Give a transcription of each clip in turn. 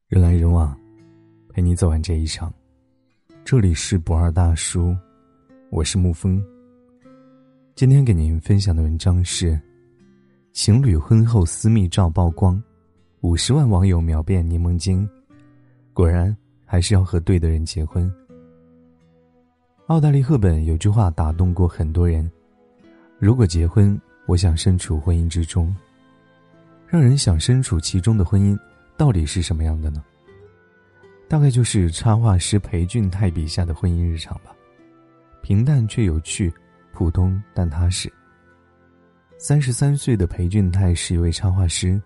人来人往，陪你走完这一场。这里是不二大叔，我是沐风。今天给您分享的文章是情侣婚后私密照曝光，50万网友秒变柠檬精，果然还是要和对的人结婚。奥黛丽·赫本有句话打动过很多人，如果结婚，我想身处婚姻之中。让人想身处其中的婚姻到底是什么样的呢？大概就是插画师裴俊泰笔下的婚姻日常吧，平淡却有趣，普通但踏实。33岁的裴俊泰是一位插画师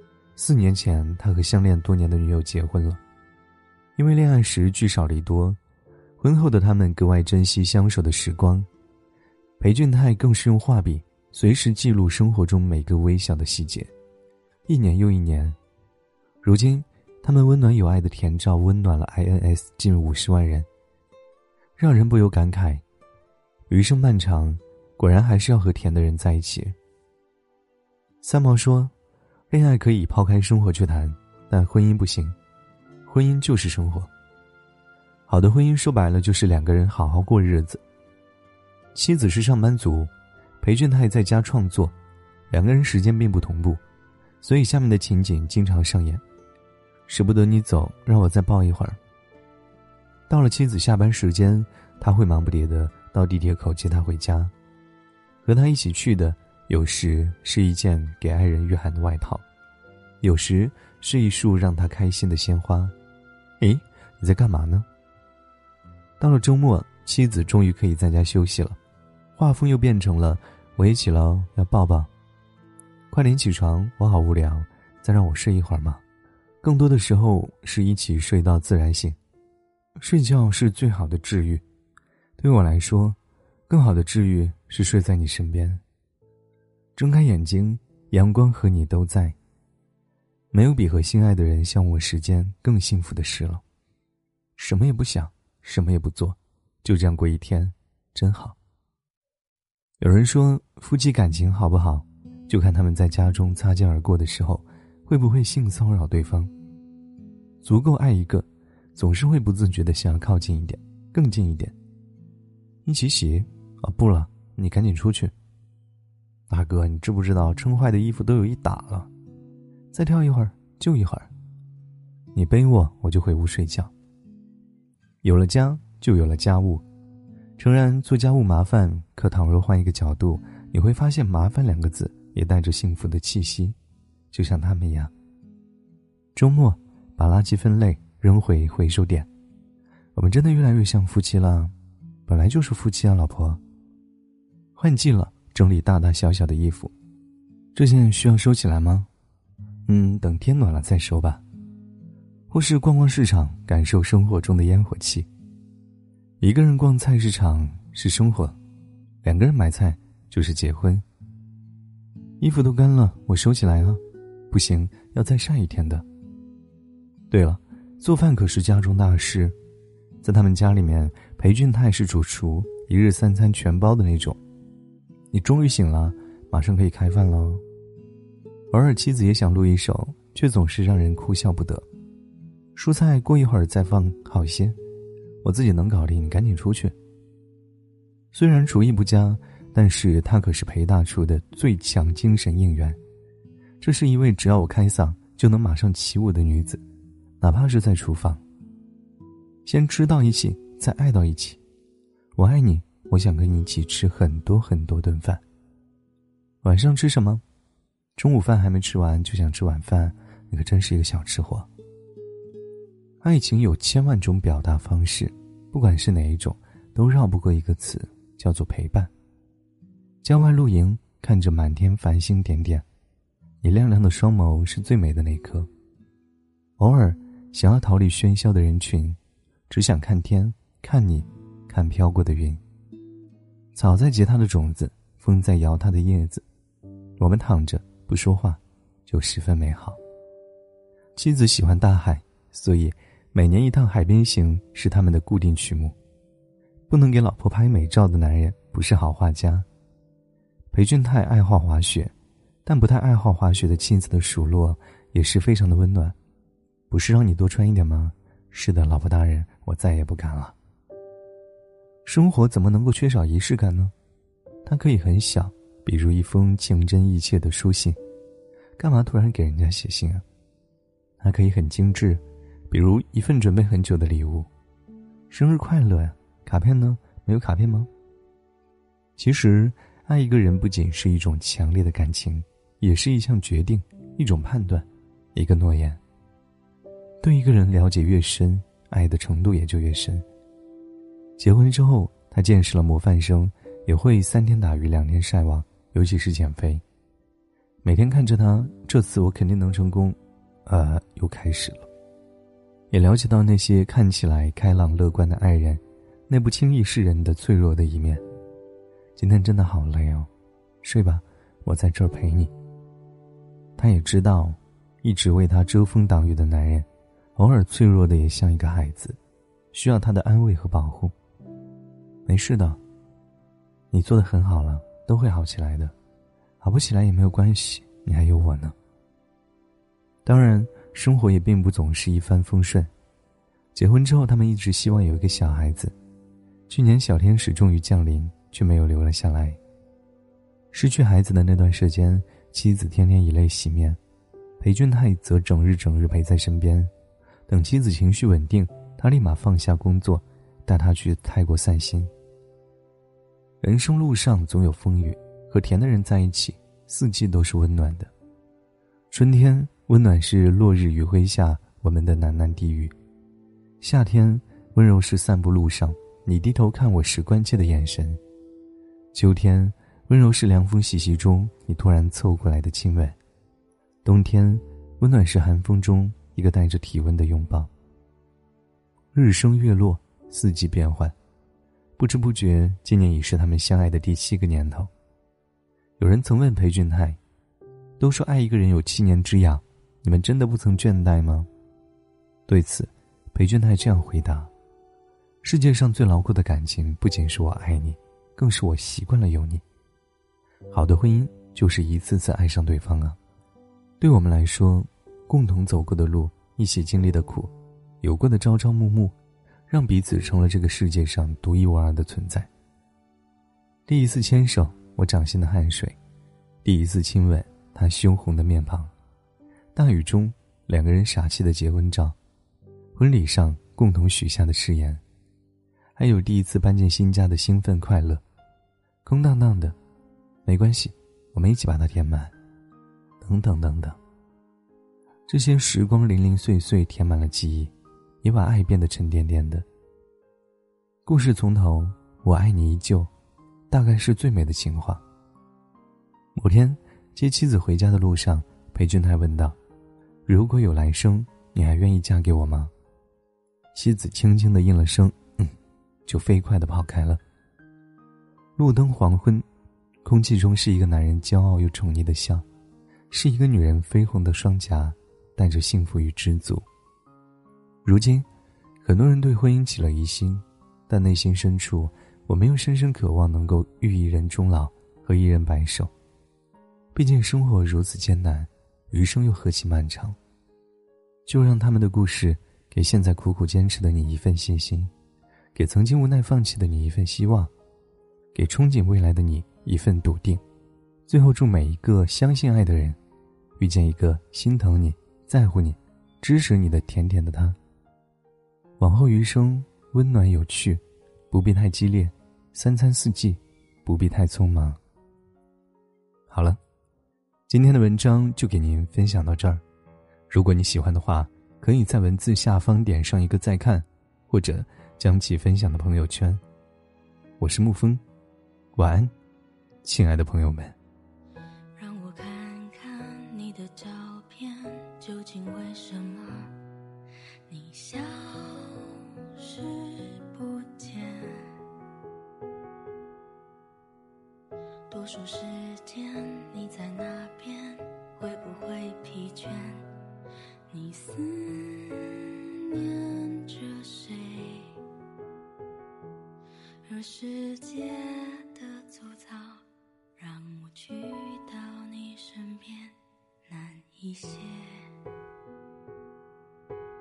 ，4年前他和相恋多年的女友结婚了。因为恋爱时聚少离多，婚后的他们格外珍惜相守的时光。裴俊泰更是用画笔随时记录生活中每个微小的细节，1年又1年，如今他们温暖有爱的甜照温暖了 INS 近50万人，让人不由感慨，余生漫长，果然还是要和甜的人在一起。三毛说，恋爱可以抛开生活去谈，但婚姻不行，婚姻就是生活。好的婚姻说白了就是2个人好好过日子。妻子是上班族，裴俊泰在家创作，2个人时间并不同步，所以下面的情景经常上演。舍不得你走，让我再抱一会儿。到了妻子下班时间，他会忙不迭地到地铁口接她回家。和他一起去的，有时是一件给爱人御寒的外套，有时是一束让他开心的鲜花。诶，你在干嘛呢？到了周末，妻子终于可以在家休息了，画风又变成了我也起了，要抱抱。快点起床，我好无聊，再让我睡一会儿嘛。更多的时候是一起睡到自然醒。睡觉是最好的治愈，对我来说，更好的治愈是睡在你身边。睁开眼睛，阳光和你都在。没有比和心爱的人相握时间更幸福的事了。什么也不想，什么也不做，就这样过一天，真好。有人说，夫妻感情好不好，就看他们在家中擦肩而过的时候会不会性骚扰对方。足够爱一个，总是会不自觉地想要靠近一点，更近一点。一起洗不了，你赶紧出去。大哥，你知不知道撑坏的衣服都有一打了？再跳一会儿就一会儿。你背我就回屋睡觉。有了家就有了家务。诚然做家务麻烦，可倘若换一个角度，你会发现麻烦2个字也带着幸福的气息，就像他们一样。周末把垃圾分类扔回回收点。我们真的越来越像夫妻了，本来就是夫妻啊，老婆。换季了，整理大大小小的衣服，这件需要收起来吗？等天暖了再收吧。或是逛逛市场，感受生活中的烟火气。一个人逛菜市场是生活，2个人买菜就是结婚。衣服都干了，我收起来了。不行，要再晒一天的。对了，做饭可是家中大事。在他们家里面，裴俊泰是主厨，1日3餐全包的那种。你终于醒了，马上可以开饭喽。偶尔妻子也想录一首，却总是让人哭笑不得。蔬菜过一会儿再放好些，我自己能搞定，你赶紧出去。虽然厨艺不佳，但是她可是裴大厨的最强精神应援。这是一位只要我开嗓就能马上起舞的女子，哪怕是在厨房。先吃到一起，再爱到一起。我爱你，我想跟你一起吃很多很多顿饭。晚上吃什么？中午饭还没吃完就想吃晚饭，你可真是一个小吃货。爱情有1000万种表达方式，不管是哪一种，都绕不过一个词，叫做陪伴。郊外露营，看着满天繁星点点，你亮亮的双眸是最美的那颗。偶尔想要逃离喧嚣的人群，只想看天，看你，看飘过的云。草在结它的种子，风在摇它的叶子，我们躺着不说话，就十分美好。妻子喜欢大海，所以每年一趟海边行是他们的固定曲目。不能给老婆拍美照的男人不是好画家。裴俊泰爱好滑雪，但不太爱好滑雪的妻子的数落也是非常的温暖。 不是让你多穿一点吗？是的，老婆大人，我再也不敢了。生活怎么能够缺少仪式感呢？它可以很小，比如一封情真意切的书信，干嘛突然给人家写信啊？它可以很精致，比如一份准备很久的礼物。生日快乐呀，卡片呢？没有卡片吗？其实爱一个人不仅是一种强烈的感情，也是一项决定，一种判断，一个诺言。对一个人了解越深，爱的程度也就越深。结婚之后，他见识了模范生也会3天打鱼2天晒网，尤其是减肥。每天看着他，这次我肯定能成功，又开始了。也了解到那些看起来开朗乐观的爱人，那不轻易示人的脆弱的一面。今天真的好累哦，睡吧，我在这儿陪你。他也知道，一直为他遮风挡雨的男人，偶尔脆弱的也像一个孩子，需要他的安慰和保护。没事的，你做得很好了，都会好起来的，好不起来也没有关系，你还有我呢。当然，生活也并不总是一帆风顺。结婚之后，他们一直希望有一个小孩子。去年小天使终于降临，却没有留了下来。失去孩子的那段时间，妻子天天以泪洗面，裴俊泰则整日陪在身边。等妻子情绪稳定，他立马放下工作，带她去泰国散心。人生路上总有风雨，和甜的人在一起，四季都是温暖的。春天，温暖是落日余晖下我们的喃喃低语；夏天，温柔是散步路上你低头看我时关切的眼神；秋天，温柔是凉风习习中你突然凑过来的亲吻；冬天，温暖是寒风中一个带着体温的拥抱。日升月落，四季变换，不知不觉，今年已是他们相爱的第7个年头。有人曾问裴俊泰，都说爱一个人有7年之痒，你们真的不曾倦怠吗？对此，裴俊泰这样回答，世界上最牢固的感情不仅是我爱你，更是我习惯了有你。好的婚姻就是一次次爱上对方啊。对我们来说，共同走过的路，一起经历的苦，有过的朝朝暮暮，让彼此成了这个世界上独一无二的存在。第一次牵手，我掌心的汗水；第一次亲吻，他羞红的面庞。大雨中，2个人傻气的结婚照，婚礼上共同许下的誓言，还有第一次搬进新家的兴奋快乐。空荡荡的，没关系，我们一起把它填满。等等等等，这些时光零零碎碎填满了记忆，也把爱变得沉甸甸的。故事从头，我爱你依旧，大概是最美的情话。某天接妻子回家的路上，裴俊泰问道，如果有来生，你还愿意嫁给我吗？妻子轻轻地应了声就飞快地跑开了。路灯黄昏，空气中是一个男人骄傲又宠溺的笑，是一个女人绯红的双颊带着幸福与知足。如今很多人对婚姻起了疑心，但内心深处我们又深深渴望能够遇一人终老，和一人白首。毕竟生活如此艰难，余生又何其漫长。就让他们的故事给现在苦苦坚持的你一份信心，给曾经无奈放弃的你一份希望，给憧憬未来的你一份笃定。最后祝每一个相信爱的人遇见一个心疼你、在乎你、支持你的甜甜的他。往后余生温暖有趣，不必太激烈，三餐四季不必太匆忙。好了，今天的文章就给您分享到这儿。如果你喜欢的话，可以在文字下方点上一个再看，或者将其分享到朋友圈。我是沐风，晚安，亲爱的朋友们。 让我看看你的照片，究竟为什么你消失不见？多数时间你在那边，会不会疲倦？你思念着谁？而世界的粗糙让我去到你身边难一些。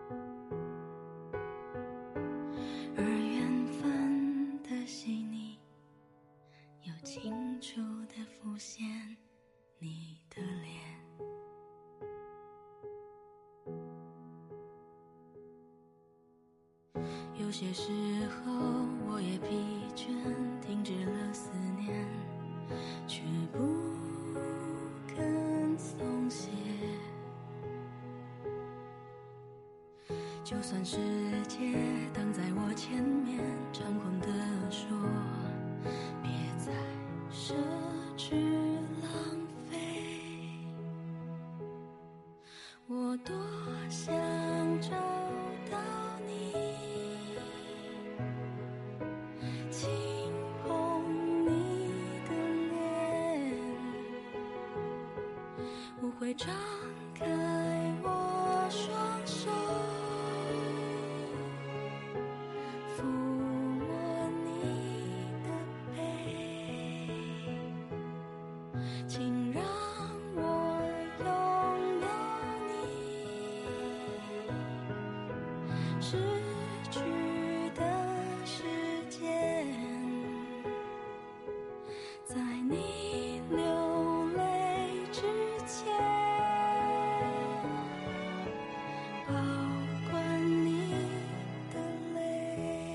有些时候我也疲倦，停止了思念，却不肯松懈。就算世界挡在我前面，猖狂地说别再奢侈浪费，我多想找到你，轻碰你的脸，我会张开我双手，抚摸你的背，请让我拥有你，失去的时间，在你流泪之前，保管你的泪。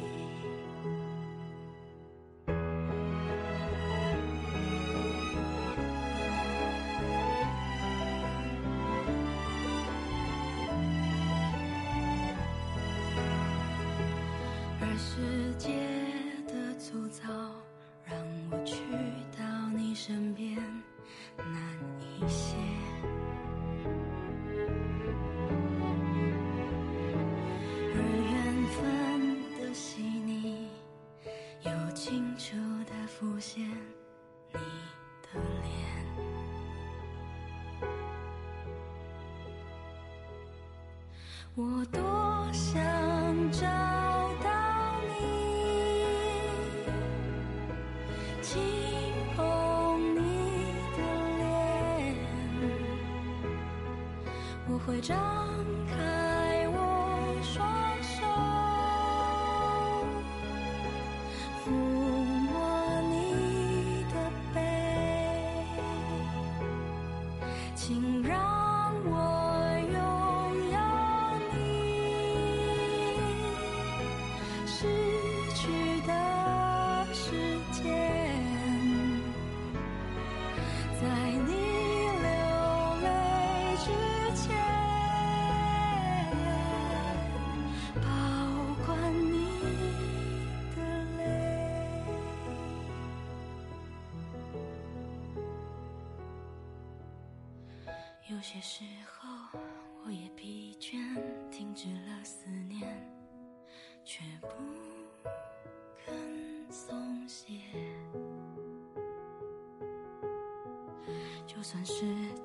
而世界的粗糙，让我去到你身边难一些。而缘分的细腻，又清楚地浮现你的脸。我多想找到你，轻碰你的脸，我会张开我双手，抚摸你的背，请让我拥有你，失去的时间，在你流泪之前，保管你的泪。有些时候我也疲倦，停止了思念，却不肯松懈。就算世